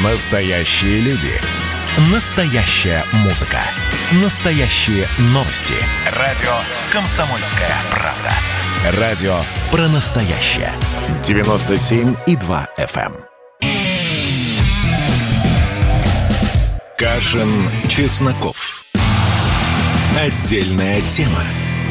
Настоящие люди. Настоящая музыка. Настоящие новости. Радио «Комсомольская правда». Радио про настоящее. 97,2 FM. Кашин, Чесноков. Отдельная тема.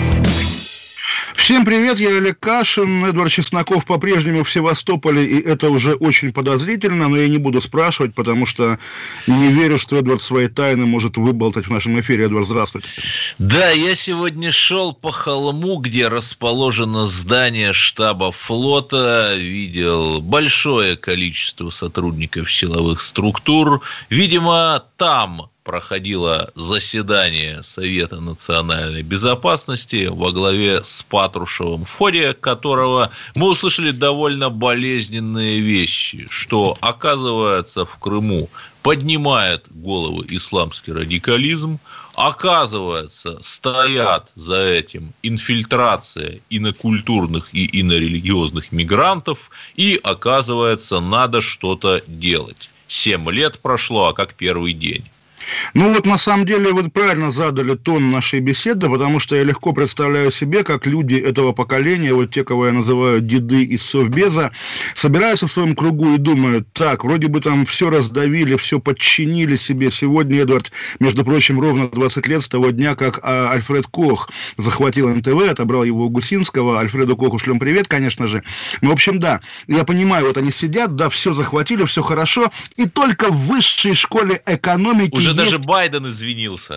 Всем привет, я Олег Кашин, Эдвард Чесноков по-прежнему в Севастополе, и это уже очень подозрительно, но я не буду спрашивать, потому что не верю, что Эдвард свои тайны может выболтать в нашем эфире. Эдвард, здравствуйте. Да, я сегодня шел по холму, где расположено здание штаба флота, видел большое количество сотрудников силовых структур, видимо, там проходило заседание Совета национальной безопасности во главе с Патрушевым, в ходе которого мы услышали довольно болезненные вещи, что, оказывается, в Крыму поднимает голову исламский радикализм, оказывается, стоят за этим инфильтрация инокультурных и инорелигиозных мигрантов, и, оказывается, надо что-то делать. 7 лет прошло, а как первый день. Ну вот на самом деле вы правильно задали тон нашей беседы, потому что я легко представляю себе, как люди этого поколения, вот те, кого я называю деды из Совбеза, собираются в своем кругу и думают: так, вроде бы там все раздавили, все подчинили себе. Сегодня, Эдвард, между прочим, ровно 20 лет с того дня, как Альфред Кох захватил НТВ, отобрал его у Гусинского. Альфреду Коху шлем привет, конечно же. Ну, в общем, да, я понимаю, вот они сидят, да, все захватили, все хорошо, и только в высшей школе экономики уже даже Байден извинился.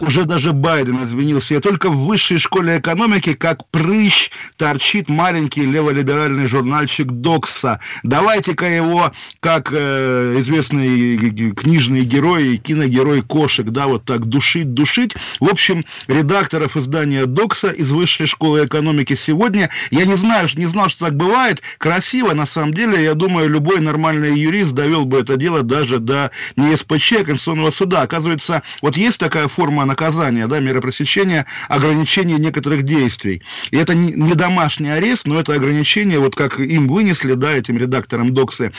И только в высшей школе экономики, как прыщ, торчит маленький леволиберальный журнальчик «Докса». Давайте-ка его, как известный книжный герой и киногерой Кошек, да, вот так душить. В общем, редакторов издания «Докса» из высшей школы экономики сегодня, я не знал, что так бывает, красиво, на самом деле, я думаю, любой нормальный юрист довел бы это дело даже до не СПЧ, а Конституционного суда. Оказывается, вот есть такая форма наказания, да, меры пресечения, ограничение некоторых действий. И это не домашний арест, но это ограничение, вот как им вынесли, да, этим редакторам Доксы,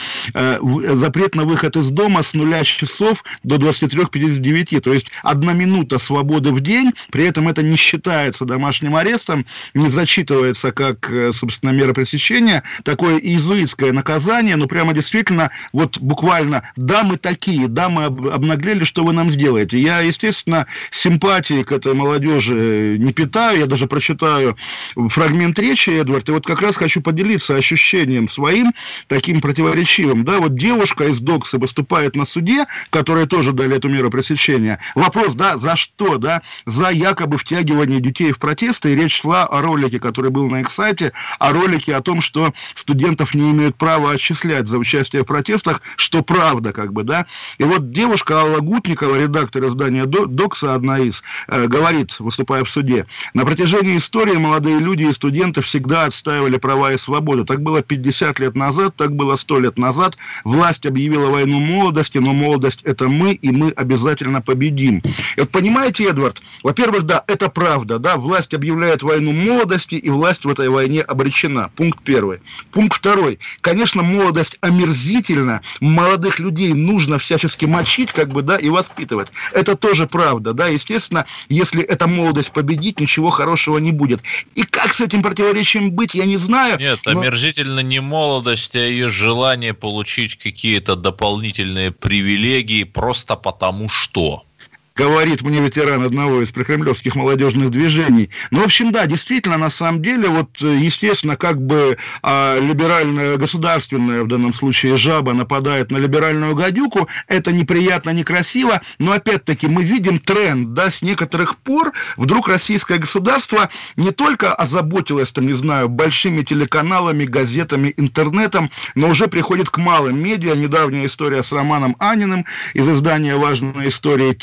запрет на выход из дома с 0 часов до 23:59, то есть 1 минута свободы в день, при этом это не считается домашним арестом, не зачитывается как, собственно, мера пресечения, такое иезуитское наказание, но прямо действительно, вот буквально, да, мы такие, да, мы обнаглели, что вы нам сделаете. Я, естественно, симпатии к этой молодежи не питаю, я даже прочитаю фрагмент речи, Эдвард, и вот как раз хочу поделиться ощущением своим, таким противоречивым, да, вот девушка из Докса выступает на суде, которые тоже дали эту меру пресечения. Вопрос, да, за что, да, за якобы втягивание детей в протесты, и речь шла о ролике, который был на их сайте, о ролике о том, что студентов не имеют права отчислять за участие в протестах, что правда, как бы, да, и вот девушка Алла Гутникова, редактор издания «Докса», одна из, говорит, выступая в суде: на протяжении истории молодые люди и студенты всегда отстаивали права и свободу. Так было 50 лет назад, так было 100 лет назад. Власть объявила войну молодости, но молодость — это мы, и мы обязательно победим. И вот понимаете, Эдвард, во-первых, да, это правда, да, власть объявляет войну молодости, и власть в этой войне обречена. Пункт первый. Пункт второй. Конечно, молодость омерзительна, молодых людей нужно всячески мочить, как бы, да, и воспитывать. Это тоже правда, да, естественно, если эта молодость победит, ничего хорошего не будет. И как с этим противоречием быть, я не знаю. Нет, омерзительно не молодость, а ее желание получить какие-то дополнительные привилегии просто потому что. Говорит мне ветеран одного из прокремлевских молодежных движений. Ну, в общем, да, действительно, на самом деле, вот, естественно, как бы либеральная, государственная, в данном случае, жаба нападает на либеральную гадюку, это неприятно, некрасиво, но, опять-таки, мы видим тренд, да, с некоторых пор вдруг российское государство не только озаботилось, там, не знаю, большими телеканалами, газетами, интернетом, но уже приходит к малым медиа. Недавняя история с Романом Аниным из издания «Важная история». Теперь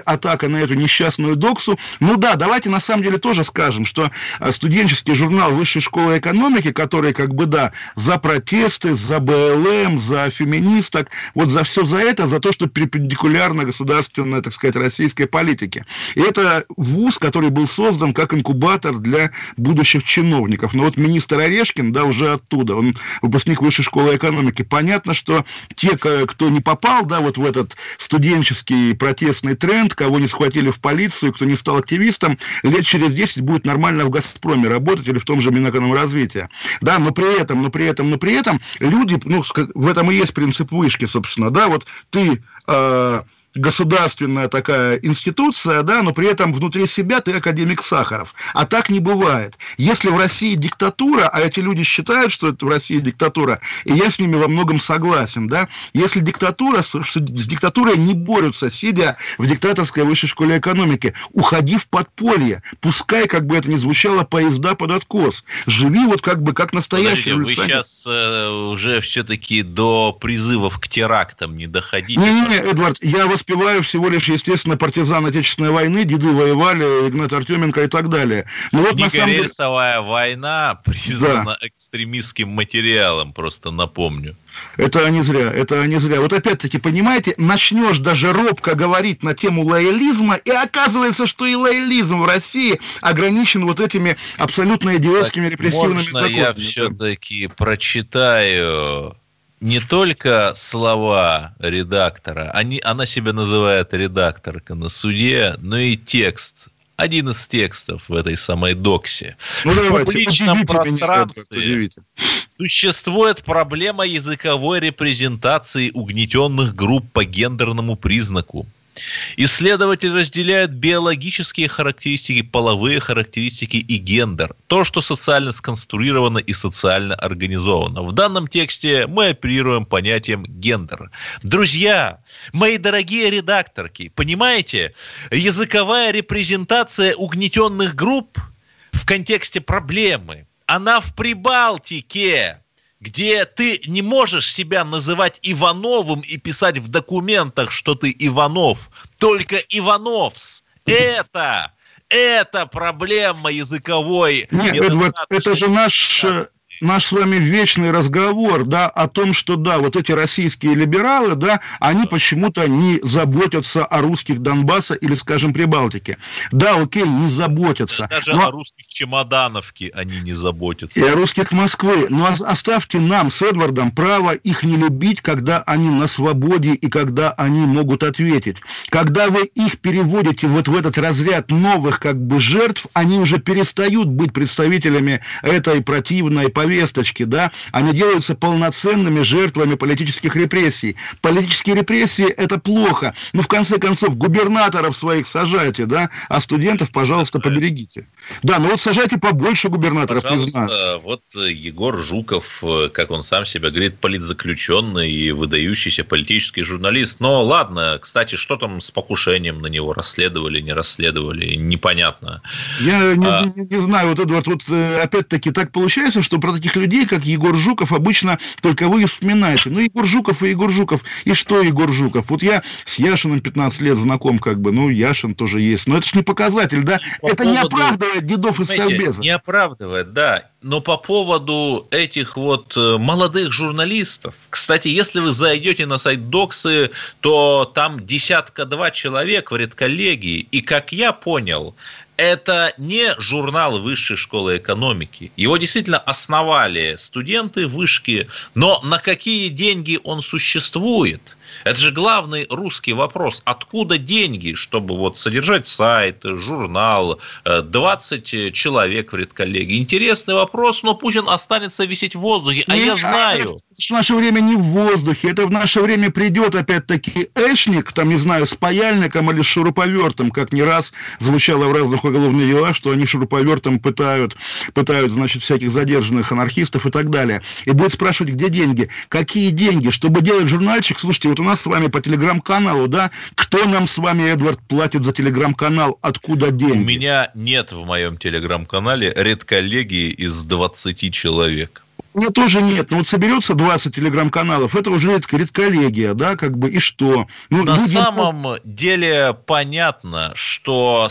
атака на эту несчастную доксу. Ну да, давайте на самом деле тоже скажем, что студенческий журнал Высшей школы экономики, который как бы, да, за протесты, за БЛМ, за феминисток, вот за все за это, за то, что перпендикулярно государственной, так сказать, российской политике. И это вуз, который был создан как инкубатор для будущих чиновников. Но вот министр Орешкин, да, уже оттуда, он выпускник Высшей школы экономики. Понятно, что те, кто не попал, да, вот в этот студенческий протестный тренд, кого не схватили в полицию, кто не стал активистом, лет через 10 будет нормально в «Газпроме» работать или в том же Минэкономразвития. Да, но при этом люди, ну, в этом и есть принцип вышки, собственно, да, вот ты... государственная такая институция, да, но при этом внутри себя ты академик Сахаров. А так не бывает. Если в России диктатура, а эти люди считают, что это в России диктатура, и я с ними во многом согласен, да, если диктатура, с диктатурой не борются, сидя в диктаторской Высшей школе экономики, уходи в подполье, пускай, как бы это ни звучало, поезда под откос. Живи вот как бы как настоящий революционер. Вы сейчас уже все-таки до призывов к терактам не доходите? Не, Эдвард, я воспеваю всего лишь, естественно, партизан Отечественной войны, деды воевали, Игнат Артеменко и так далее. Но вот Рельсовая война признана экстремистским материалом, просто напомню. Это не зря. Вот опять-таки, понимаете, начнешь даже робко говорить на тему лоялизма, и оказывается, что и лоялизм в России ограничен вот этими абсолютно идиотскими репрессивными законами. Я все-таки прочитаю... Не только слова редактора, она себя называет редакторка на суде, но и текст. Один из текстов в этой самой доксе. В публичном пространстве существует проблема языковой репрезентации угнетенных групп по гендерному признаку. Исследователи разделяют биологические характеристики, половые характеристики и гендер. То, что социально сконструировано и социально организовано. В данном тексте мы оперируем понятием гендер. Друзья, мои дорогие редакторки, понимаете, языковая репрезентация угнетенных групп в контексте проблемы, она в Прибалтике, где ты не можешь себя называть Ивановым и писать в документах, что ты Иванов, только Ивановс. Это проблема языковой. Нет, Эдвард, это же наш с вами вечный разговор, да, о том, что, да, вот эти российские либералы, да, они почему-то не заботятся о русских Донбасса или, скажем, Прибалтике. Да, окей, не заботятся. Даже о русских Чемодановке они не заботятся. И о русских Москвы. Но оставьте нам с Эдвардом право их не любить, когда они на свободе и когда они могут ответить. Когда вы их переводите вот в этот разряд новых, как бы, жертв, они уже перестают быть представителями этой противной повесточки, да, они делаются полноценными жертвами политических репрессий. Политические репрессии – это плохо, но в конце концов губернаторов своих сажайте, да, а студентов, пожалуйста, поберегите. Да, ну вот сажайте побольше губернаторов, не знаю. Вот Егор Жуков, как он сам себя говорит, политзаключенный и выдающийся политический журналист. Но ладно, кстати, что там с покушением на него, расследовали, не расследовали, непонятно. Я не знаю, вот, Эдвард, вот опять-таки так получается, что про таких людей, как Егор Жуков, обычно только вы вспоминаете. Ну, Егор Жуков, и что Егор Жуков? Вот я с Яшиным 15 лет знаком, как бы, ну, Яшин тоже есть, но это ж не показатель, да? Это не оправдывает дедов из Совбеза. Не оправдывает, да. Но по поводу этих вот молодых журналистов, кстати, если вы зайдете на сайт Доксы, то там 10-2 человек в редколлегии, и, как я понял, это не журнал Высшей школы экономики. Его действительно основали студенты вышки, но на какие деньги он существует? Это же главный русский вопрос. Откуда деньги, чтобы вот содержать сайт, журнал, 20 человек в редколлегии? Интересный вопрос, но пусть он останется висеть в воздухе. А я знаю. В наше время не в воздухе. Это в наше время придет опять-таки эшник, там, не знаю, с паяльником или с шуруповертом, как не раз звучало в разных уголовных делах, что они шуруповертом пытают, значит, всяких задержанных анархистов и так далее. И будет спрашивать, где деньги? Какие деньги? Чтобы делать журнальчик, слушайте, вот у нас с вами по телеграм-каналу, да? Кто нам с вами, Эдвард, платит за телеграм-канал? Откуда деньги? У меня нет в моем телеграм-канале редколлегии из 20 человек. Мне тоже нет. Но вот соберется 20 телеграм-каналов, это уже редколлегия, да, как бы, и что? Ну, на самом деле понятно, что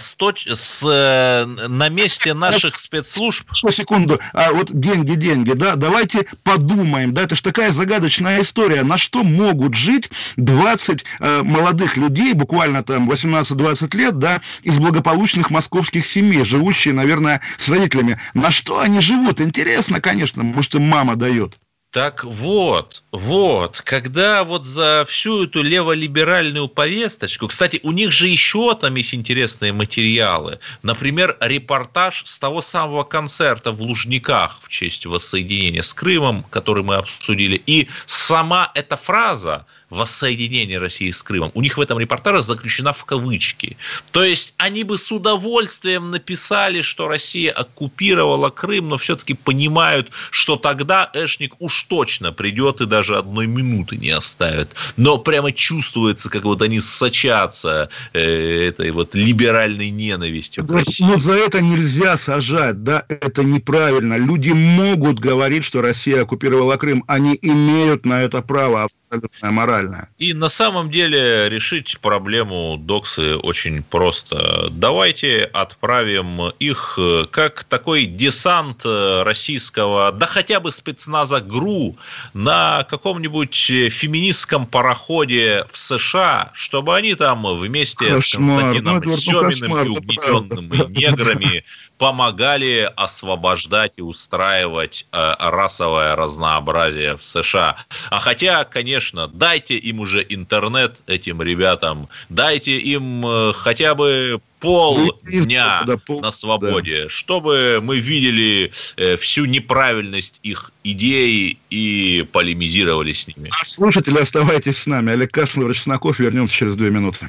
на месте наших спецслужб... Секунду, а вот деньги, да, давайте подумаем, да, это же такая загадочная история, на что могут жить 20 молодых людей, буквально там 18-20 лет, да, из благополучных московских семей, живущие, наверное, с родителями. На что они живут? Интересно, конечно, может, им мама дает. Так вот, когда вот за всю эту леволиберальную повесточку, кстати, у них же еще там есть интересные материалы, например, репортаж с того самого концерта в Лужниках в честь воссоединения с Крымом, который мы обсудили, и сама эта фраза «воссоединение России с Крымом», у них в этом репортаже заключена в кавычки. То есть они бы с удовольствием написали, что Россия оккупировала Крым, но все-таки понимают, что тогда Эшник уж точно придет и даже одной минуты не оставит. Но прямо чувствуется, как вот они сочатся этой вот либеральной ненавистью к России. Но за это нельзя сажать, да, это неправильно. Люди могут говорить, что Россия оккупировала Крым, они имеют на это право, абсолютно моральное. И на самом деле решить проблему доксы очень просто. Давайте отправим их как такой десант российского, да хотя бы спецназа ГРУ, на каком-нибудь феминистском пароходе в США, чтобы они там вместе с Константином Семиным и угнетенными неграми помогали освобождать и устраивать расовое разнообразие в США. А хотя, конечно, дайте им уже интернет, этим ребятам, дайте им хотя бы полдня на свободе, чтобы мы видели всю неправильность их идей и полемизировали с ними. Слушатели, оставайтесь с нами. Олег Кашин, Владимир Чесноков. Вернемся через 2 минуты.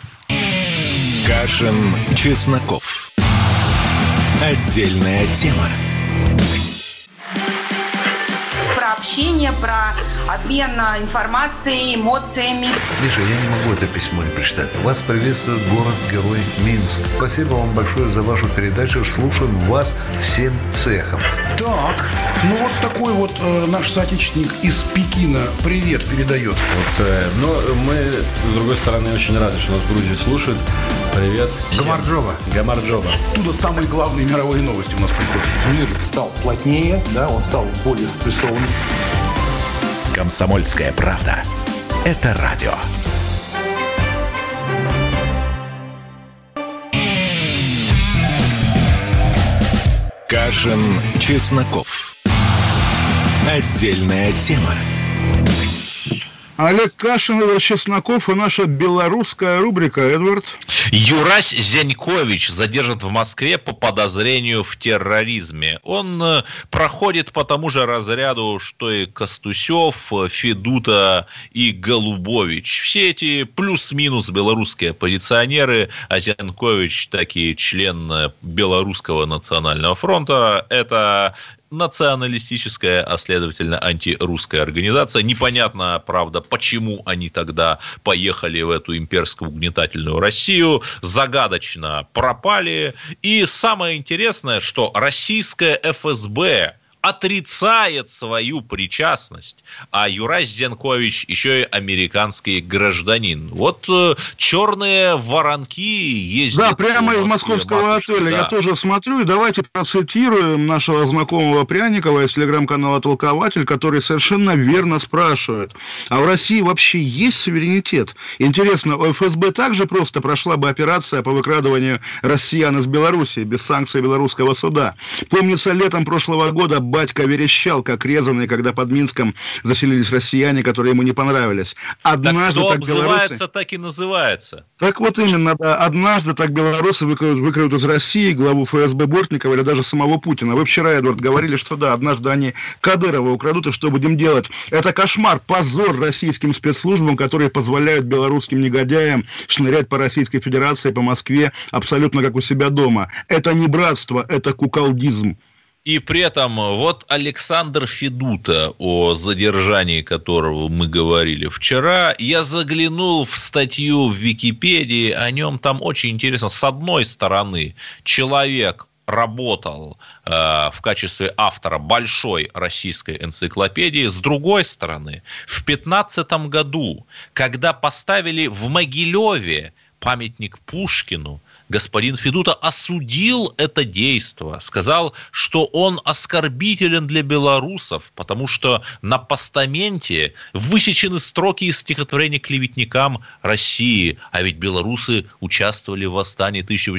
Кашин, Чесноков. Отдельная тема. Про общение, про обмен информацией, эмоциями. Миша, я не могу это письмо не прочитать. Вас приветствует город-герой Минск. Спасибо вам большое за вашу передачу. Слушаем вас всем цехом. Так, ну вот такой вот наш соотечественник из Пекина привет передает. Но мы, с другой стороны, очень рады, что нас в Грузии слушают. Привет. Гамарджоба. Оттуда самые главные мировые новости у нас приходят. Мир стал плотнее, да, он стал более спрессованным. «Комсомольская правда». Это радио. Кашин, Чесноков. Отдельная тема. Олег Кашин, Эдвард Чесноков и наша белорусская рубрика. Эдвард. Юрась Зянькович задержан в Москве по подозрению в терроризме. Он проходит по тому же разряду, что и Костусев, Федута и Голубович. Все эти плюс-минус белорусские оппозиционеры, а Зянькович таки член Белорусского национального фронта. Это националистическая, а следовательно антирусская организация. Непонятно, правда, почему они тогда поехали в эту имперскую угнетательную Россию, загадочно пропали. И самое интересное, что российская ФСБ отрицает свою причастность, а Юрась Зянькович еще и американский гражданин. Вот черные воронки ездят. Да, прямо из московского отеля. Да. Я тоже смотрю, и давайте процитируем нашего знакомого Пряникова из телеграм-канала «Толкователь», который совершенно верно спрашивает, а в России вообще есть суверенитет? Интересно, у ФСБ также просто прошла бы операция по выкрадыванию россиян из Беларуси без санкций белорусского суда? Помнится, летом прошлого года батька верещал, как резанный, когда под Минском заселились россияне, которые ему не понравились. Однажды так кто так обзывается, белорусы... так и называется. Так вот именно, да, однажды так белорусы выкрадут из России главу ФСБ Бортникова или даже самого Путина. Вы вчера, Эдвард, говорили, что да, однажды они Кадырова украдут, и что будем делать? Это кошмар, позор российским спецслужбам, которые позволяют белорусским негодяям шнырять по Российской Федерации, по Москве, абсолютно как у себя дома. Это не братство, это куколдизм. И при этом вот Александр Федута, о задержании которого мы говорили вчера, я заглянул в статью в Википедии, о нем там очень интересно. С одной стороны, человек работал в качестве автора большой российской энциклопедии. С другой стороны, в 2015 году, когда поставили в Могилеве памятник Пушкину, господин Федута осудил это действо, сказал, что он оскорбителен для белорусов, потому что на постаменте высечены строки из стихотворения клеветникам России, а ведь белорусы участвовали в восстании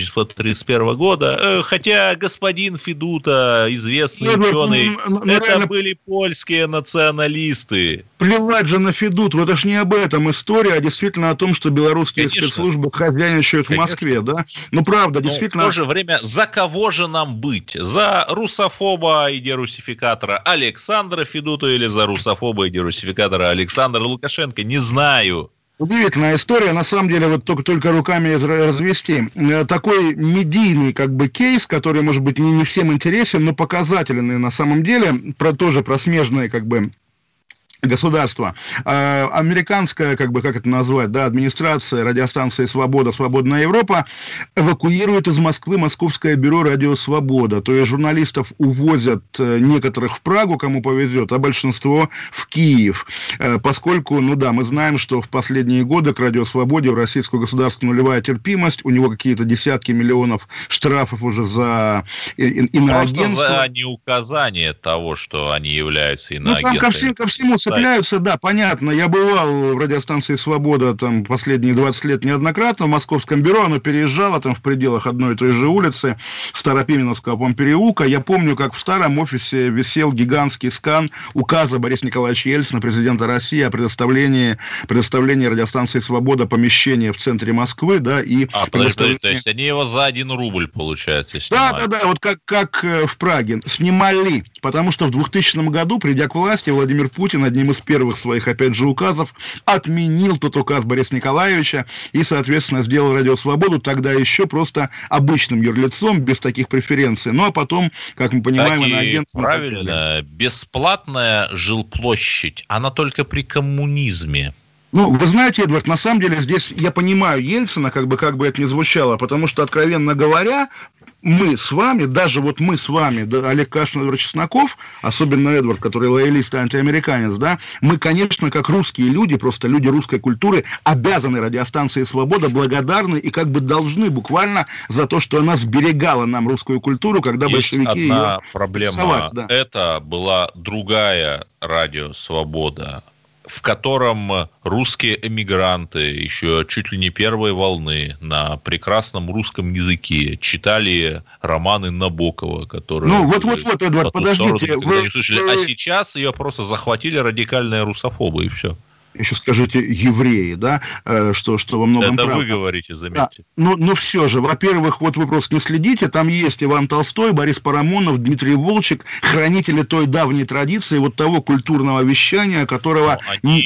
1831 года, хотя господин Федута, известный ученый, это были польские националисты. Плевать же на Федуту, это ж не об этом история, а действительно о том, что белорусские спецслужбы хозяйничают в Москве, да? Ну, правда, действительно... В то же время, за кого же нам быть? За русофоба и дерусификатора Александра Федуту или за русофоба и дерусификатора Александра Лукашенко? Не знаю. Удивительная история, на самом деле, вот только руками развести. Такой медийный как бы кейс, который, может быть, не всем интересен, но показательный на самом деле, тоже про смежные как бы государство. Американская, как это назвать, да, администрация радиостанции «Свобода», «Свободная Европа» эвакуирует из Москвы Московское бюро «Радио Свобода». То есть журналистов увозят некоторых в Прагу, кому повезет, а большинство в Киев. Поскольку, мы знаем, что в последние годы к «Радио Свободе» в российскую государственную нулевая терпимость, у него какие-то десятки миллионов штрафов уже за иноагентство. Просто за неуказание того, что они являются иноагентами. Там ко всему цепляются, да, понятно. Я бывал в радиостанции «Свобода» там последние 20 лет неоднократно в московском бюро, оно переезжало там в пределах одной и той же улицы, Старопименовского, по-моему, переулка. Я помню, как в старом офисе висел гигантский скан указа Бориса Николаевича Ельцина, президента России, о предоставлении радиостанции «Свобода» помещения в центре Москвы, да, и... Подожди, то есть они его за 1 рубль, получается, снимают? Да, вот как в Праге. Снимали, потому что в 2000 году, придя к власти, Владимир Путин одним из первых своих, опять же, указов отменил тот указ Бориса Николаевича и, соответственно, сделал «Радио Свободу» тогда еще просто обычным юрлицом, без таких преференций. Ну, а потом, как мы понимаем, иноагентство... Правильно, бесплатная жилплощадь, она только при коммунизме. Ну, вы знаете, Эдвард, на самом деле здесь я понимаю Ельцина, как бы это ни звучало, потому что, откровенно говоря, мы с вами, даже вот мы с вами, да, Олег Кашин, Эдвард Чесноков, особенно Эдвард, который лоялист и антиамериканец, да, мы, конечно, как русские люди, просто люди русской культуры, обязаны радиостанции «Свобода», благодарны и как бы должны буквально за то, что она сберегала нам русскую культуру, когда есть большевики ее... одна проблема. Да. Это была другая «Радио Свобода», в котором русские эмигранты еще чуть ли не первой волны на прекрасном русском языке читали романы Набокова, которые... Ну, вот, Эдвард, подождите. Не слышали. А сейчас ее просто захватили радикальные русофобы, и все. Еще скажите, евреи, да, что во многом это правда. Вы говорите, заметьте. Да. Но все же, во-первых, вот вы просто не следите, там есть Иван Толстой, Борис Парамонов, Дмитрий Волчек, хранители той давней традиции, вот того культурного вещания, которого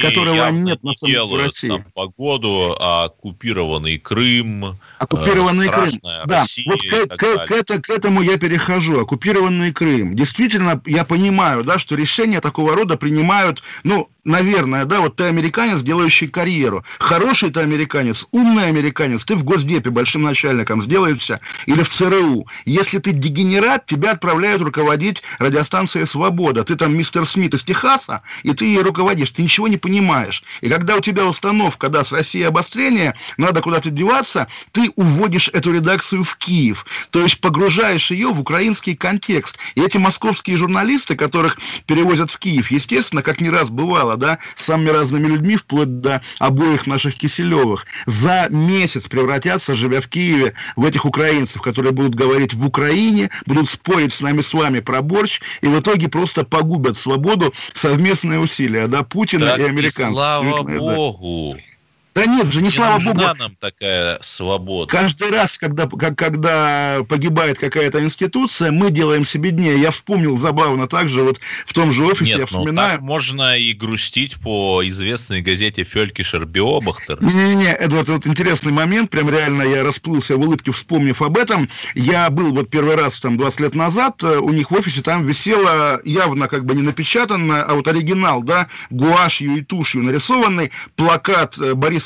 нет на самом деле в России. Там погоду, а оккупированный Крым, оккупированный Крым. Да, Россия, вот к этому я перехожу. Оккупированный Крым. Действительно, я понимаю, да, что решения такого рода принимают, наверное, да, вот ты американец, делающий карьеру. Хороший ты американец, умный американец, ты в Госдепе большим начальником сделаешься или в ЦРУ. Если ты дегенерат, тебя отправляют руководить радиостанцией «Свобода». Ты там мистер Смит из Техаса, и ты ей руководишь, ты ничего не понимаешь. И когда у тебя установка, да, с Россией обострение, надо куда-то деваться, ты уводишь эту редакцию в Киев. То есть погружаешь ее в украинский контекст. И эти московские журналисты, которых перевозят в Киев, естественно, как не раз бывало, да, с самыми разными людьми, вплоть до обоих наших Киселевых, за месяц превратятся, живя в Киеве, в этих украинцев, которые будут говорить в Украине, будут спорить с нами с вами про борщ, и в итоге просто погубят свободу совместные усилия, да, Путина так и американцев. Слава Богу! Да нет же, не слава Богу. Нужна нам такая свобода. Каждый раз, когда погибает какая-то институция, мы делаем себе дней. Я вспомнил забавно также, вот в том же офисе, я вспоминаю... так можно и грустить по известной газете «Фелькишер Биобахтер». Не-не-не, Эдвард, вот интересный момент, прям реально я расплылся в улыбке, вспомнив об этом. Я был вот первый раз там 20 лет назад, у них в офисе там висело явно как бы не напечатанное, а вот оригинал, да, гуашью и тушью нарисованный плакат Бориса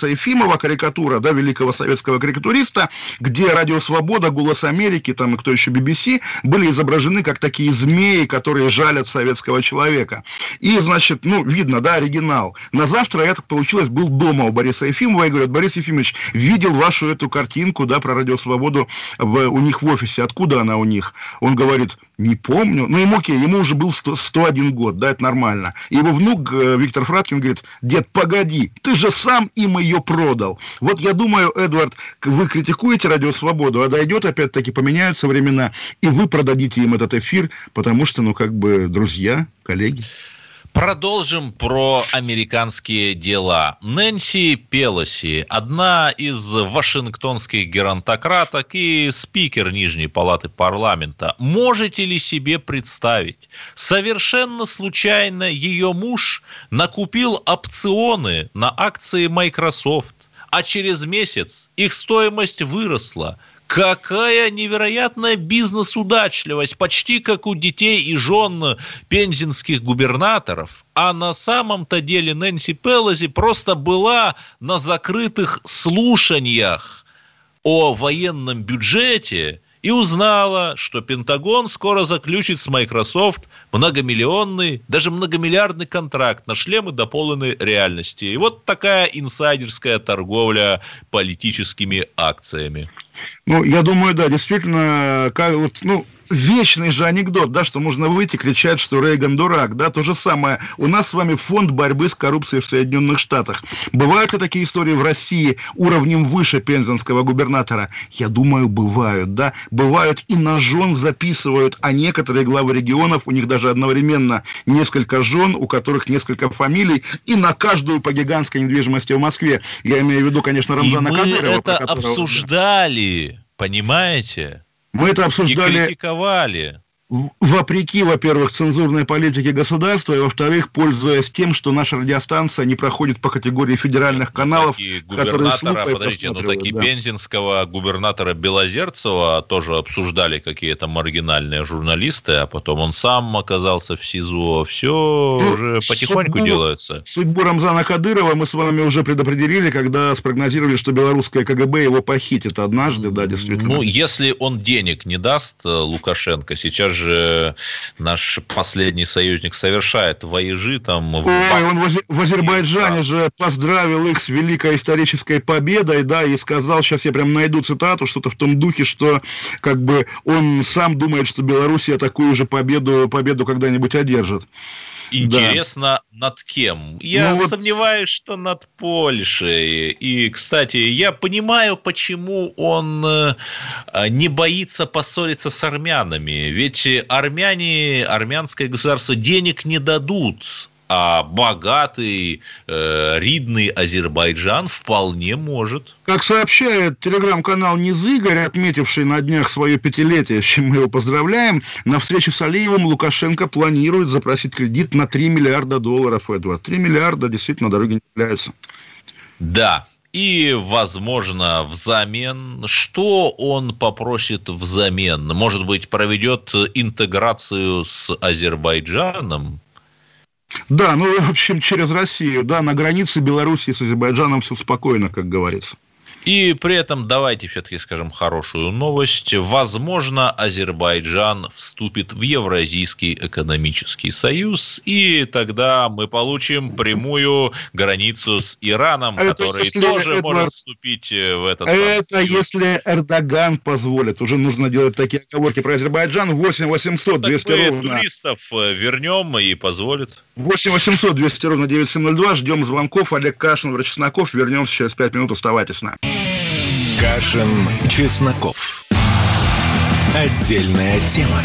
Бориса Ефимова, карикатура, да, великого советского карикатуриста, где «Радио Свобода», «Голос Америки», там и кто еще, BBC, были изображены как такие змеи, которые жалят советского человека. И, значит, видно, да, оригинал. На завтра, я так получилось, был дома у Бориса Ефимова и говорят: Борис Ефимович, видел вашу эту картинку, да, про «Радио Свободу» у них в офисе. Откуда она у них? Он говорит: не помню. Ему уже был 101 год, да, это нормально. И его внук Виктор Фраткин говорит: дед, погоди, ты же сам им ее продал. Вот я думаю, Эдвард, вы критикуете «Радио Свободу», а дойдет, опять-таки, поменяются времена, и вы продадите им этот эфир, потому что, друзья, коллеги. Продолжим про американские дела. Нэнси Пелоси, одна из вашингтонских геронтократок и спикер Нижней палаты парламента. Можете ли себе представить? Совершенно случайно ее муж накупил опционы на акции Microsoft, а через месяц их стоимость выросла. Какая невероятная бизнес-удачливость, почти как у детей и жен пензенских губернаторов. А на самом-то деле Нэнси Пелоси просто была на закрытых слушаниях о военном бюджете и узнала, что Пентагон скоро заключит с Microsoft многомиллионный, даже многомиллиардный контракт на шлемы дополненной реальности. И вот такая инсайдерская торговля политическими акциями. Я думаю, да, действительно, вечный же анекдот, да, что можно выйти, кричать, что Рейган дурак, да, то же самое. У нас с вами фонд борьбы с коррупцией в Соединенных Штатах. Бывают ли такие истории в России уровнем выше пензенского губернатора? Я думаю, бывают, да. Бывают и на жен записывают, а некоторые главы регионов, у них даже одновременно несколько жен, у которых несколько фамилий, и на каждую по гигантской недвижимости в Москве. Я имею в виду, конечно, Рамзана Кадырова. Мы это обсуждали, понимаете? Мы это обсуждали. И критиковали. Вопреки, во-первых, цензурной политике государства, и, во-вторых, пользуясь тем, что наша радиостанция не проходит по категории федеральных каналов, которые слушают. Подождите, такие пензенского губернатора Белозерцева тоже обсуждали какие-то маргинальные журналисты, а потом он сам оказался в СИЗО. Все уже потихоньку делается. Судьбу Рамзана Кадырова мы с вами уже предопределили, когда спрогнозировали, что белорусское КГБ его похитит однажды, да, действительно. Если он денег не даст Лукашенко, сейчас же наш последний союзник совершает воежи там. Он в Азербайджане же поздравил их с великой исторической победой, да, и сказал, сейчас я прям найду цитату, что-то в том духе, что он сам думает, что Белоруссия такую же победу когда-нибудь одержит. Интересно, над кем? Я сомневаюсь, что над Польшей. И, кстати, я понимаю, почему он не боится поссориться с армянами. Ведь армянское государство денег не дадут, а богатый, ридный Азербайджан вполне может. Как сообщает телеграм-канал Низыгорь, отметивший на днях свое 5-летие, с чем мы его поздравляем, на встрече с Алиевым Лукашенко планирует запросить кредит на $3 миллиарда, Эдвард. 3 миллиарда действительно дороги не являются. Да. И, возможно, взамен, что он попросит взамен? Может быть, проведет интеграцию с Азербайджаном? Да, в общем, через Россию, да, на границе Белоруссии с Азербайджаном все спокойно, как говорится. И при этом давайте все-таки скажем хорошую новость. Возможно, Азербайджан вступит в Евразийский экономический союз, и тогда мы получим прямую границу с Ираном, который тоже может вступить в этот союз. Это если Эрдоган позволит. Уже нужно делать такие оговорки про Азербайджан. 8 800 200 ровно. Туристов вернем и позволит. 8 800 200 ровно 9702. Ждем звонков. Олег Кашин, Владимир Чесноков. Вернемся через 5 минут. Оставайтесь с нами. Кашин, Чесноков. Отдельная тема.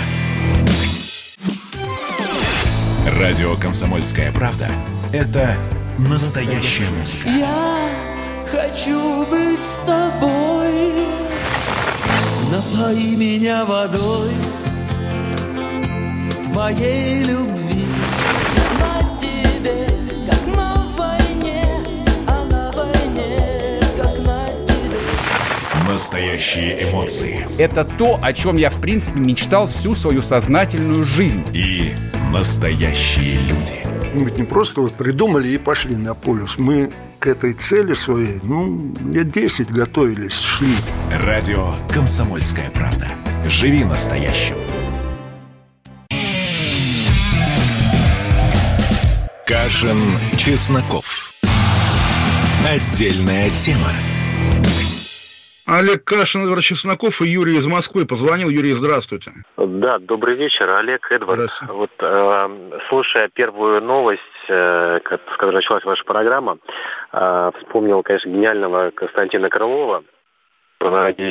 Радио «Комсомольская правда» – это настоящая музыка. Я хочу быть с тобой. Напои меня водой твоей любви. На тебе, как на войне, а на войне, как на тебе. Настоящие эмоции. Это то, о чем я, в принципе, мечтал всю свою сознательную жизнь. И настоящие люди. Мы ведь не просто придумали и пошли на полюс. Мы к этой цели своей, лет 10 готовились, шли. Радио «Комсомольская правда». Живи настоящим. Кашин, Чесноков. Отдельная тема. Олег Кашин, Эдвард Чесноков и Юрий из Москвы позвонил. Юрий, здравствуйте. Да, добрый вечер, Олег, Эдвард. Вот, слушая первую новость, с которой началась ваша программа, вспомнил, конечно, гениального Константина Крылова. Надеюсь,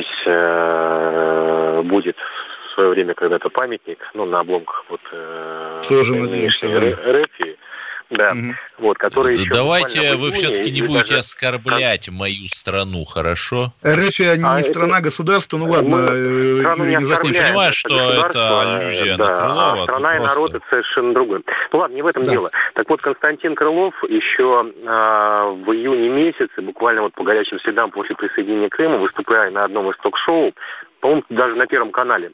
будет в свое время когда-то памятник, на обломках тоже надеемся, РФ. Да, который еще... Давайте вы все-таки не будете оскорблять мою страну, хорошо? РФ не страна, государство, ладно. Страну не оскорбляем. Понимаю, что это аллюзия на Крылова. А страна и народ — это совершенно другое. Ладно, не в этом дело. Так вот, Константин Крылов еще в июне месяце, буквально по горячим следам после присоединения Крыма, выступая на одном из ток-шоу, по-моему, даже на Первом канале,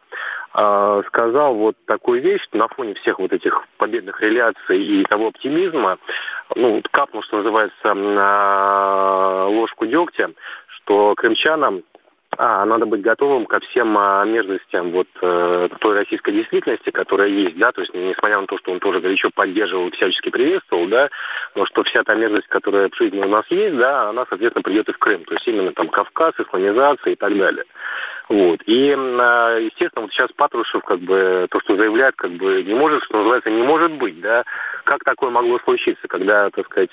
сказал такую вещь, что на фоне всех этих победных реляций и того оптимизма, капнул, что называется, на ложку дегтя, что крымчанам надо быть готовым ко всем мерзостям той российской действительности, которая есть, да, то есть, несмотря на то, что он тоже горячо поддерживал и всячески приветствовал, да, но что вся та мерзость, которая в жизни у нас есть, да, она, соответственно, придет и в Крым, то есть именно там Кавказ, исламизация и так далее. И, естественно, сейчас Патрушев, то, что заявляет, не может, что называется, не может быть, да. Как такое могло случиться, когда, так сказать,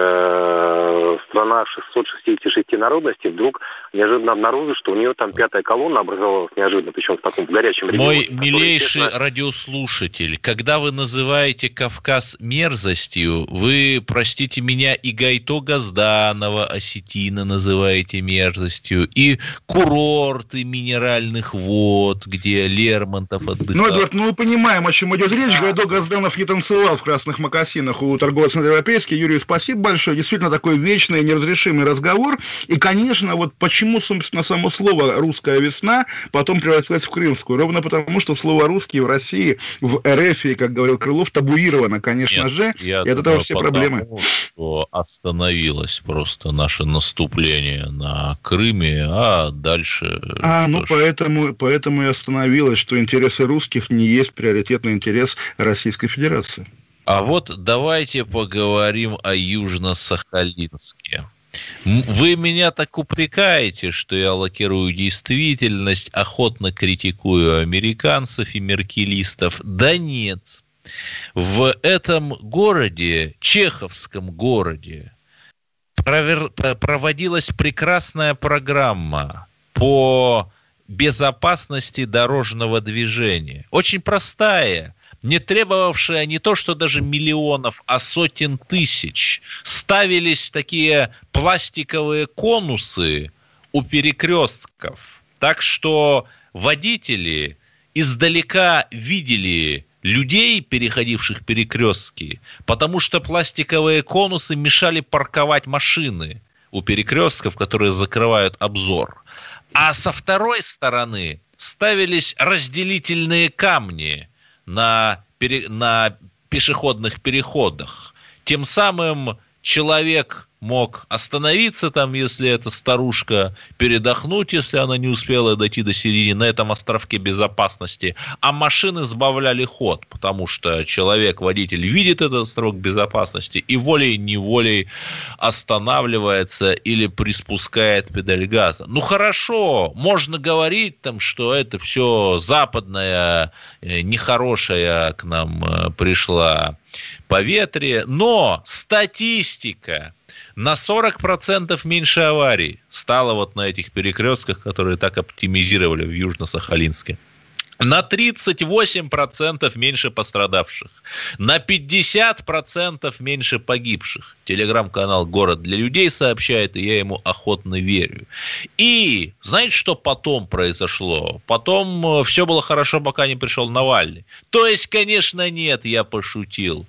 страна 666 народностей вдруг неожиданно обнаружит, что у нее там пятая колонна образовалась неожиданно, причем в таком горячем регионе. Мой милейший радиослушатель, когда вы называете Кавказ мерзостью, вы, простите меня, и Гайто Газданова, осетина, называете мерзостью, и курорты минеральных вод, где Лермонтов отдыхал. Эдвард, мы понимаем, о чем идет речь. Гайдо Газданов не танцевал в красных мокасинах у торговца Центроевропейский. Юрий, спасибо большое. Действительно, такой вечный, неразрешимый разговор. И, конечно, почему, собственно, само слово «русская весна» потом превратилось в крымскую? Ровно потому, что слово «русский» в России, в РФ, как говорил Крылов, табуировано, конечно же. И от этого все проблемы. Что остановилось просто наше наступление на Крыме, а дальше... Поэтому и остановилось, что интересы русских не есть приоритетный интерес Российской Федерации. А давайте поговорим о Южно-Сахалинске. Вы меня так упрекаете, что я лакирую действительность, охотно критикую американцев и меркелистов. Да нет. В этом городе, чеховском городе, проводилась прекрасная программа по безопасности дорожного движения. Очень простая, не требовавшая не то что даже миллионов, а сотен тысяч. Ставились такие пластиковые конусы у перекрестков, так что водители издалека видели людей, переходивших перекрестки, потому что пластиковые конусы мешали парковать машины у перекрестков, которые закрывают обзор. А со второй стороны ставились разделительные камни на пешеходных переходах. Тем самым человек мог остановиться там, если это старушка, передохнуть, если она не успела дойти до середины, на этом островке безопасности, а машины сбавляли ход, потому что человек, водитель, видит этот островок безопасности и волей-неволей останавливается или приспускает педаль газа. Хорошо, можно говорить там, что это все западная, нехорошая к нам пришла поветрие, но статистика: на 40% меньше аварий стало на этих перекрестках, которые так оптимизировали в Южно-Сахалинске. На 38% меньше пострадавших. На 50% меньше погибших. Телеграм-канал «Город для людей» сообщает, и я ему охотно верю. И знаете, что потом произошло? Потом все было хорошо, пока не пришел Навальный. То есть, конечно, нет, я пошутил.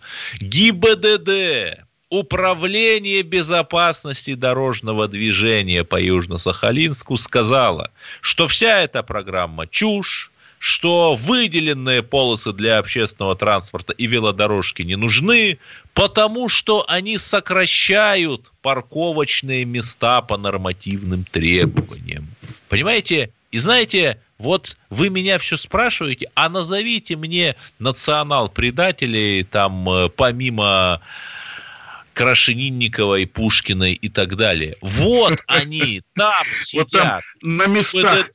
ГИБДД, Управление безопасности дорожного движения по Южно-Сахалинску, сказала, что вся эта программа чушь, что выделенные полосы для общественного транспорта и велодорожки не нужны, потому что они сокращают парковочные места по нормативным требованиям. Понимаете? И знаете, вот вы меня все спрашиваете, а назовите мне национал-предателей, там, помимо Крашенинниковой, Пушкиной и так далее. Вот они там сидят. Вот там на местах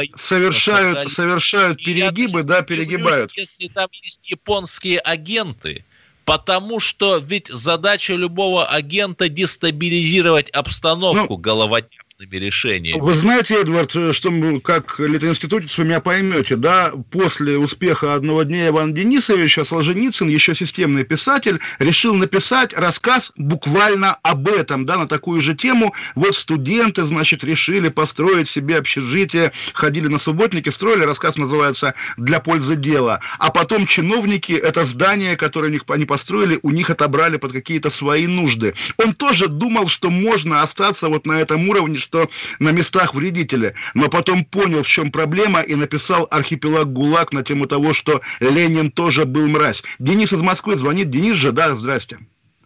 совершают перегибы, да, перегибают. Если там есть японские агенты, потому что ведь задача любого агента дестабилизировать обстановку головотяпными решениями. Вы знаете, Эдвард, что как литинститутец вы меня поймете, да, после успеха «Одного дня» Ивана Денисовича Солженицын, еще системный писатель, решил написать рассказ буквально об этом, да, на такую же тему. Вот студенты, значит, решили построить себе общежитие, ходили на субботники, строили, рассказ называется «Для пользы дела». А потом чиновники это здание, которое они построили, у них отобрали под какие-то свои нужды. Он тоже думал, что можно остаться вот на этом уровне, что на местах вредители, но потом понял, в чем проблема, и написал «Архипелаг ГУЛАГ» на тему того, что Ленин тоже был мразь. Денис из Москвы звонит. Денис же, да, здрасте.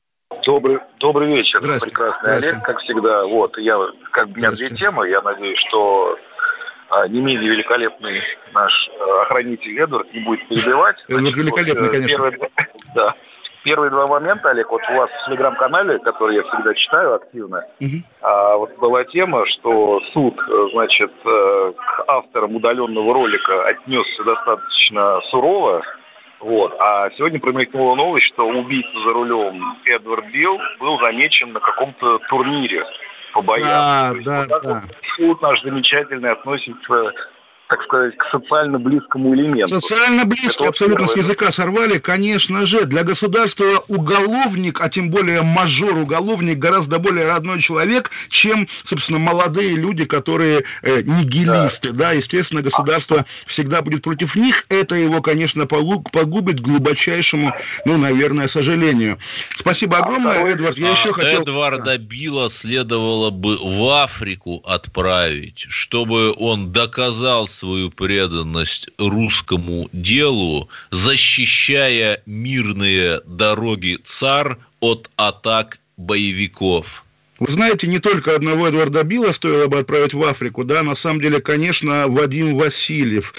Добрый вечер, прекрасный Олег, как всегда. Вот, у меня две темы, я надеюсь, что не менее великолепный наш охранитель Эдвард не будет перебивать. Великолепный, конечно. Первые два момента, Олег, вот у вас в телеграм-канале, который я всегда читаю активно, вот была тема, что суд, значит, к авторам удаленного ролика отнесся достаточно сурово, вот, а сегодня промелькнула новость, что убийца за рулем Эдвард Билл был замечен на каком-то турнире по боям. Вот суд наш замечательный относится, так сказать, к социально близкому элементу. Социально близко, абсолютно с языка сорвали, конечно же. Для государства уголовник, а тем более мажор-уголовник, гораздо более родной человек, чем, собственно, молодые люди, которые нигилисты. Да, естественно, государство всегда будет против них. Это его, конечно, погубит к глубочайшему, наверное, сожалению. Спасибо огромное, Эдвард. Я еще хотел... Эдварда Билла следовало бы в Африку отправить, чтобы он доказал свою преданность русскому делу, защищая мирные дороги ЦАР от атак боевиков. Вы знаете, не только одного Эдварда Билла стоило бы отправить в Африку, да, на самом деле, конечно, Вадим Васильев,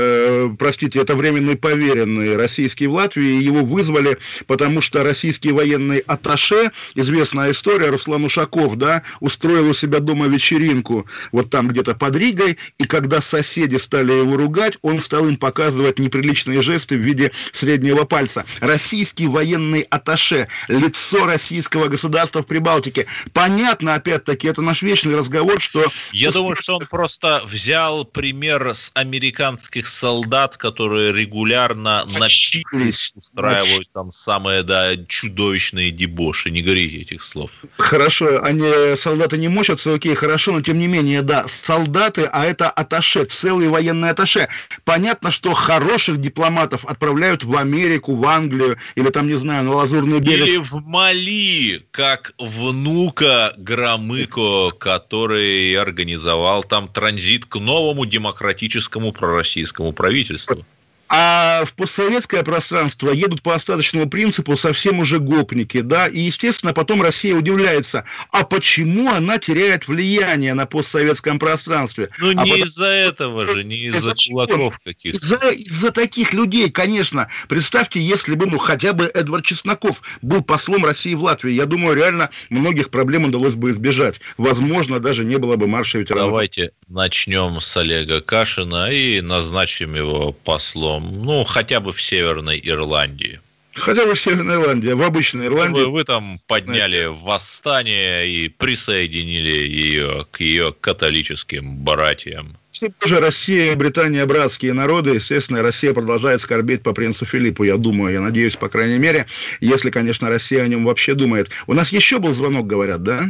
это временный поверенный российский в Латвии, его вызвали, потому что российский военный атташе, известная история, Руслан Ушаков, да, устроил у себя дома вечеринку, вот там где-то под Ригой, и когда соседи стали его ругать, он стал им показывать неприличные жесты в виде среднего пальца. Российский военный атташе, лицо российского государства в Прибалтике. Понятно, опять-таки, это наш вечный разговор, что... Я думаю, что он просто взял пример с американских солдат, которые регулярно устраивают там самые, чудовищные дебоши. Не говорите этих слов. Хорошо, солдаты не мочатся, окей, хорошо, но тем не менее, да, солдаты, а это атташе, целый военный атташе. Понятно, что хороших дипломатов отправляют в Америку, в Англию, или там, не знаю, на Лазурный берег. Или в Мали, как внука Громыко, который организовал там транзит к новому демократическому пророссийскому правительству. А в постсоветское пространство едут по остаточному принципу совсем уже гопники, да, и, естественно, потом Россия удивляется, а почему она теряет влияние на постсоветском пространстве? Из-за этого же, не из-за кулаков каких-то. Из-за таких людей, конечно. Представьте, если бы, хотя бы Эдвард Чесноков был послом России в Латвии, я думаю, реально многих проблем удалось бы избежать. Возможно, даже не было бы марша ветеранов. Давайте начнем с Олега Кашина и назначим его послом. Хотя бы в Северной Ирландии. Хотя бы в Северной Ирландии, в обычной Ирландии. Вы там подняли восстание и присоединили ее к ее католическим братьям. Тоже Россия и Британия братские народы. Естественно, Россия продолжает скорбеть по принцу Филиппу, я думаю, я надеюсь, по крайней мере, если, конечно, Россия о нем вообще думает. У нас еще был звонок, говорят, да?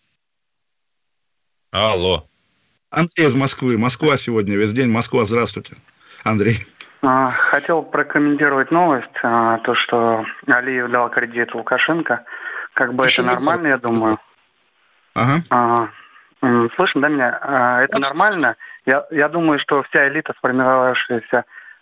Алло. Андрей из Москвы. Москва сегодня весь день. Москва, здравствуйте. Андрей. Хотел прокомментировать новость, то, что Алиев дал кредит Лукашенко. Как бы это нормально, я думаю. Ага. Слышно, да, меня? Это нормально. Я думаю, что вся элита, сформировавшаяся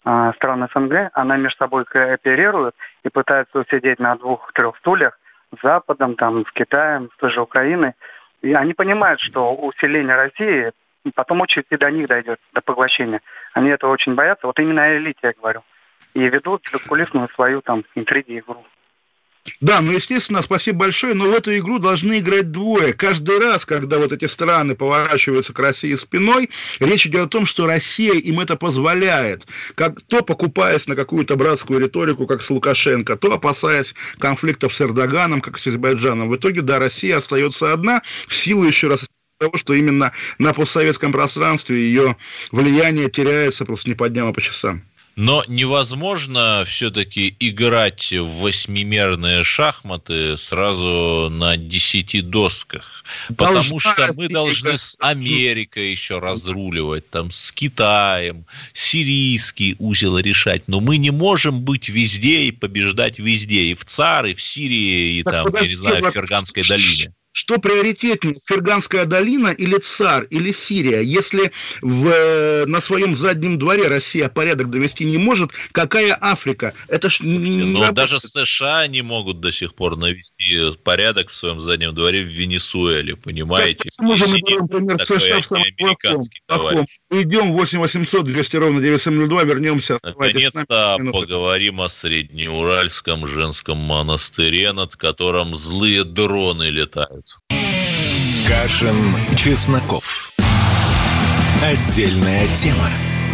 стран СНГ, она между собой кооперирует и пытается усидеть на 2-3 стульях с Западом, там, с Китаем, с той же Украиной. И они понимают, что усиление России потом очередь и до них дойдет, до поглощения. Они этого очень боятся. Вот именно о элите я говорю. И ведут закулисную свою там интриги игру. Да, ну, естественно, спасибо большое, но в эту игру должны играть двое. Каждый раз, когда вот эти страны поворачиваются к России спиной, речь идет о том, что Россия им это позволяет. То покупаясь на какую-то братскую риторику, как с Лукашенко, то опасаясь конфликтов с Эрдоганом, как с Азербайджаном. В итоге, да, Россия остается одна, в силу еще раз того, что именно на постсоветском пространстве ее влияние теряется просто не по дням, а по часам. Но невозможно все-таки играть в 8-мерные шахматы сразу на 10 досках. Потому что мы должны с Америкой еще разруливать, там, с Китаем, сирийский узел решать. Но мы не можем быть везде и побеждать везде. И в ЦАР, и в Сирии, и там, я не знаю, в Ферганской долине. Что приоритетнее, Ферганская долина или ЦАР, или Сирия? Если на своем заднем дворе Россия порядок довести не может, какая Африка? Это ж но даже США не могут до сих пор навести порядок в своем заднем дворе в Венесуэле, понимаете? Мы же например, США в самом плохом. Уйдем 8-800-200-97-02, вернемся. Наконец-то поговорим о Среднеуральском женском монастыре, над которым злые дроны летают. Кашин, Чесноков. Отдельная тема.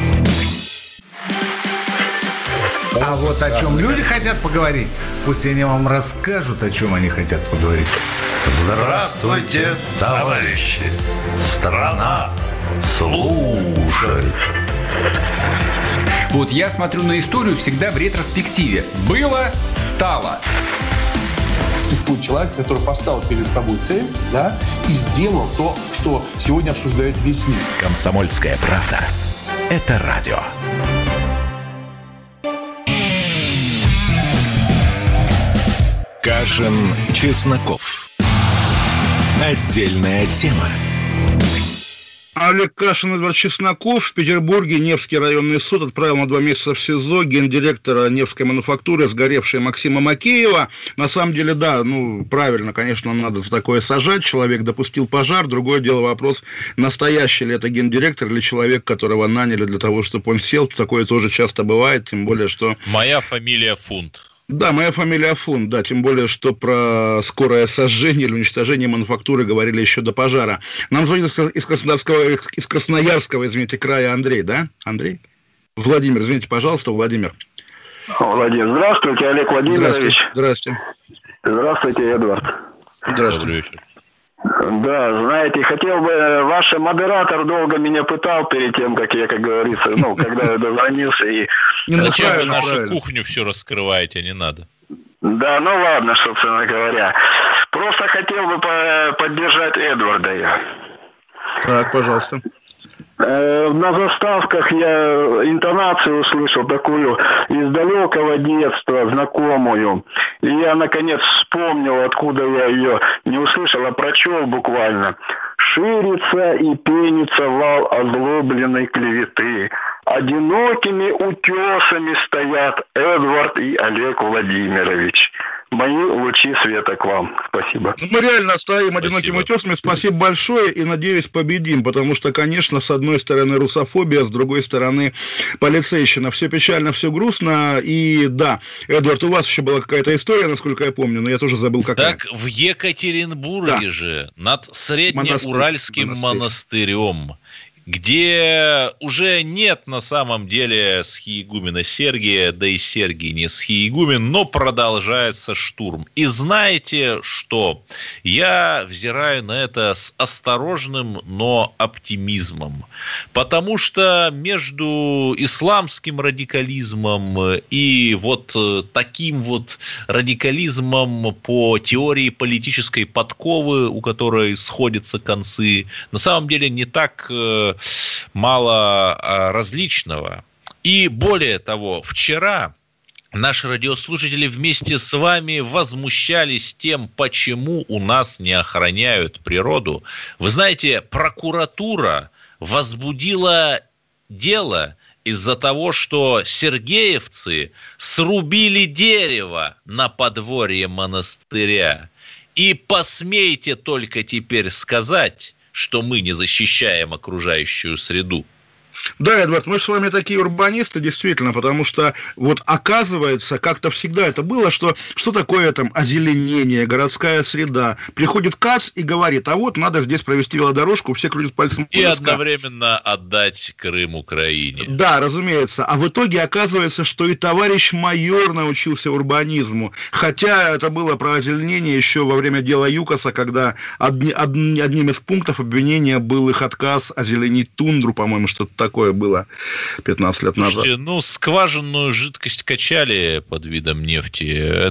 А вот о чем люди хотят поговорить, пусть они вам расскажут, о чем они хотят поговорить. Здравствуйте, товарищи! Страна слушает. Вот я смотрю на историю всегда в ретроспективе. Было, стало. Существует человек, который поставил перед собой цель, да, и сделал то, что сегодня обсуждает весь мир. «Комсомольская правда» — это радио. Кашин, Чесноков. Отдельная тема. Олег Кашин, Эдвард Чесноков. В Петербурге Невский районный суд отправил на 2 месяца в СИЗО гендиректора Невской мануфактуры, сгоревшей Максима Макеева. На самом деле, да, правильно, конечно, надо за такое сажать. Человек допустил пожар. Другое дело вопрос, настоящий ли это гендиректор или человек, которого наняли для того, чтобы он сел. Такое тоже часто бывает, тем более, что... Моя фамилия Фунт. Да, моя фамилия Фунт, да, тем более, что про скорое сожжение или уничтожение мануфактуры говорили еще до пожара. Нам звонит из Красноярского, края Андрей, да? Андрей? Владимир, извините, пожалуйста, Владимир. Владимир, здравствуйте, Олег Владимирович. Здравствуйте. Здравствуйте, Эдвард. Здравствуйте. Да, знаете, хотел бы, ваш модератор долго меня пытал перед тем, как я, как говорится, когда я дозвонился и... Зачем вы нашу кухню все раскрываете, не надо. Да, ладно, собственно говоря. Просто хотел бы поддержать Эдварда я. Так, пожалуйста. На заставках я интонацию услышал такую из далекого детства, знакомую. И я, наконец, вспомнил, откуда я ее не услышал, а прочел буквально. «Ширится и пенится вал озлобленной клеветы. Одинокими утесами стоят Эдвард и Олег Владимирович. Мои лучи света к вам. Спасибо». Мы реально стоим одинокими утесами. Спасибо большое и, надеюсь, победим. Потому что, конечно, с одной стороны русофобия, с другой стороны полицейщина. Все печально, все грустно. И да, Эдвард, у вас еще была какая-то история, насколько я помню, но я тоже забыл, какая. Так в Екатеринбурге же над Среднеуральским монастырем, где уже нет на самом деле схиегумена Сергия, да и Сергий не схиегумен, но продолжается штурм. И знаете что? Я взираю на это с осторожным, но оптимизмом. Потому что между исламским радикализмом и вот таким вот радикализмом по теории политической подковы, у которой сходятся концы, на самом деле не так мало различного. И более того, вчера наши радиослушатели вместе с вами возмущались тем, почему у нас не охраняют природу. Вы знаете, прокуратура возбудила дело из-за того, что сергеевцы срубили дерево на подворье монастыря. И посмейте только теперь сказать, что мы не защищаем окружающую среду. Да, Эдвард, мы с вами такие урбанисты, действительно, потому что вот оказывается, как-то всегда это было, что такое там озеленение, городская среда. Приходит КАЦ и говорит, а вот надо здесь провести велодорожку, все крутят пальцем. И одновременно отдать Крым Украине. Да, разумеется. А в итоге оказывается, что и товарищ майор научился урбанизму. Хотя это было про озеленение еще во время дела ЮКОСа, когда одним из пунктов обвинения был их отказ озеленить тундру, по-моему, что-то такое было 15 лет назад. Слушайте, скважинную жидкость качали под видом нефти.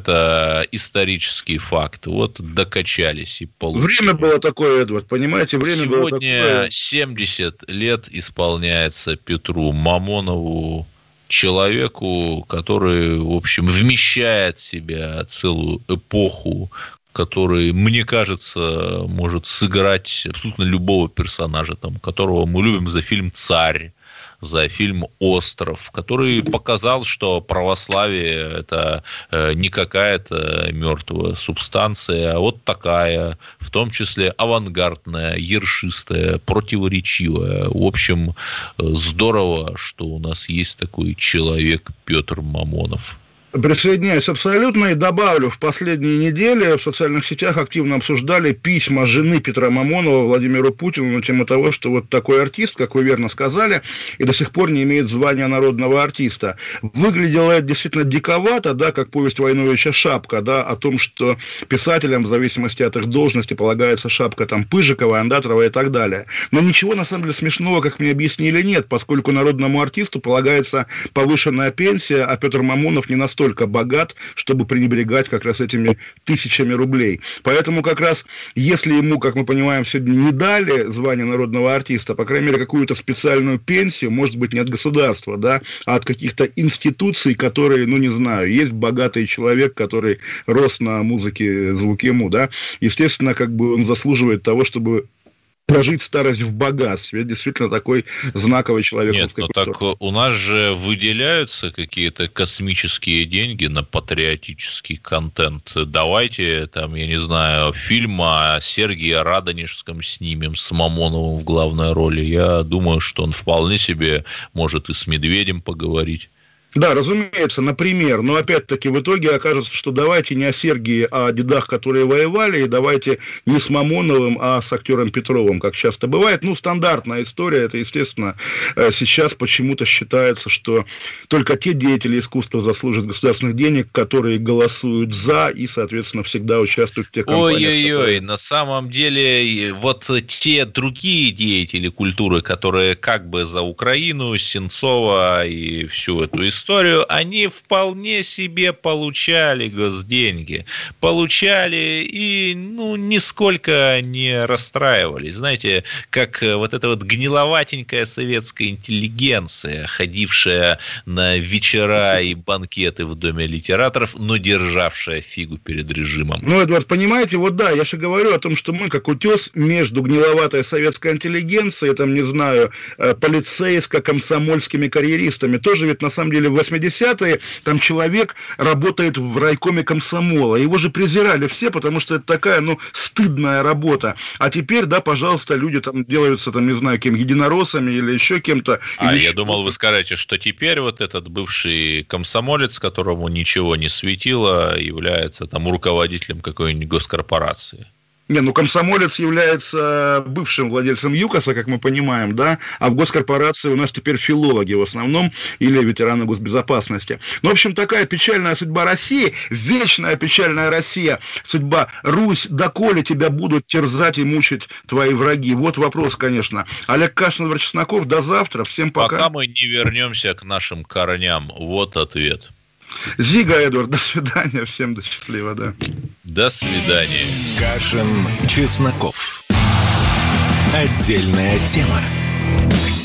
Это исторический факт. Вот докачались и получили. Время было такое, Эдвард, понимаете? Время было такое. Сегодня 70 лет исполняется Петру Мамонову, человеку, который, в общем, вмещает в себя целую эпоху, который, мне кажется, может сыграть абсолютно любого персонажа, которого мы любим за фильм «Царь», за фильм «Остров», который показал, что православие – это не какая-то мертвая субстанция, а вот такая, в том числе авангардная, ершистая, противоречивая. В общем, здорово, что у нас есть такой человек Петр Мамонов. Присоединяюсь абсолютно и добавлю, в последние недели в социальных сетях активно обсуждали письма жены Петра Мамонова Владимиру Путину на тему того, что вот такой артист, как вы верно сказали, и до сих пор не имеет звания народного артиста. Выглядело это действительно диковато, да, как повесть Войновича «Шапка», да, о том, что писателям в зависимости от их должности полагается шапка там Пыжикова, Андатрова и так далее. Но ничего на самом деле смешного, как мне объяснили, нет, поскольку народному артисту полагается повышенная пенсия, а Петр Мамонов не настолько богат, чтобы пренебрегать как раз этими тысячами рублей. Поэтому как раз, если ему, как мы понимаем, сегодня не дали звание народного артиста, по крайней мере, какую-то специальную пенсию, может быть, не от государства, да, а от каких-то институций, которые, не знаю, есть богатый человек, который рос на музыке «Звукему», да, естественно, как бы он заслуживает того, чтобы прожить старость в богатстве. Это действительно такой знаковый человек. Нет, так у нас же выделяются какие-то космические деньги на патриотический контент. Давайте, я не знаю, фильм о Сергии Радонежском снимем с Мамоновым в главной роли. Я думаю, что он вполне себе может и с Медведем поговорить. Да, разумеется, например, но опять-таки в итоге окажется, что давайте не о Сергии, а о дедах, которые воевали, и давайте не с Мамоновым, а с актером Петровым, как часто бывает. Стандартная история, это, естественно, сейчас почему-то считается, что только те деятели искусства заслужат государственных денег, которые голосуют за и, соответственно, всегда участвуют в тех кампаниях. Ой-ой-ой, на самом деле, вот те другие деятели культуры, которые как бы за Украину, Сенцова и всю эту историю, они вполне себе получали госденьги. Получали и, нисколько не расстраивались. Знаете, как вот эта вот гниловатенькая советская интеллигенция, ходившая на вечера и банкеты в Доме литераторов, но державшая фигу перед режимом. Эдвард, понимаете, вот да, я же говорю о том, что мы как утес между гниловатой советской интеллигенцией, полицейско-комсомольскими карьеристами. Тоже ведь на самом деле в 80-е там человек работает в райкоме комсомола. Его же презирали все, потому что это такая, стыдная работа. А теперь, да, пожалуйста, люди там делаются, не знаю, кем, единороссами или еще кем-то. Я думал, вы скажете, что теперь вот этот бывший комсомолец, которому ничего не светило, является руководителем какой-нибудь госкорпорации. Комсомолец является бывшим владельцем ЮКОСа, как мы понимаем, да, а в госкорпорации у нас теперь филологи в основном или ветераны госбезопасности. В общем, такая печальная судьба России, вечная печальная Россия, судьба Русь, доколе тебя будут терзать и мучить твои враги? Вот вопрос, конечно. Олег Кашин, Эдвард Чесноков, до завтра, всем пока. Пока мы не вернемся к нашим корням, вот ответ. Зига, Эдвард, до свидания, всем до счастливо, да. До свидания. Кашин, Чесноков. Отдельная тема.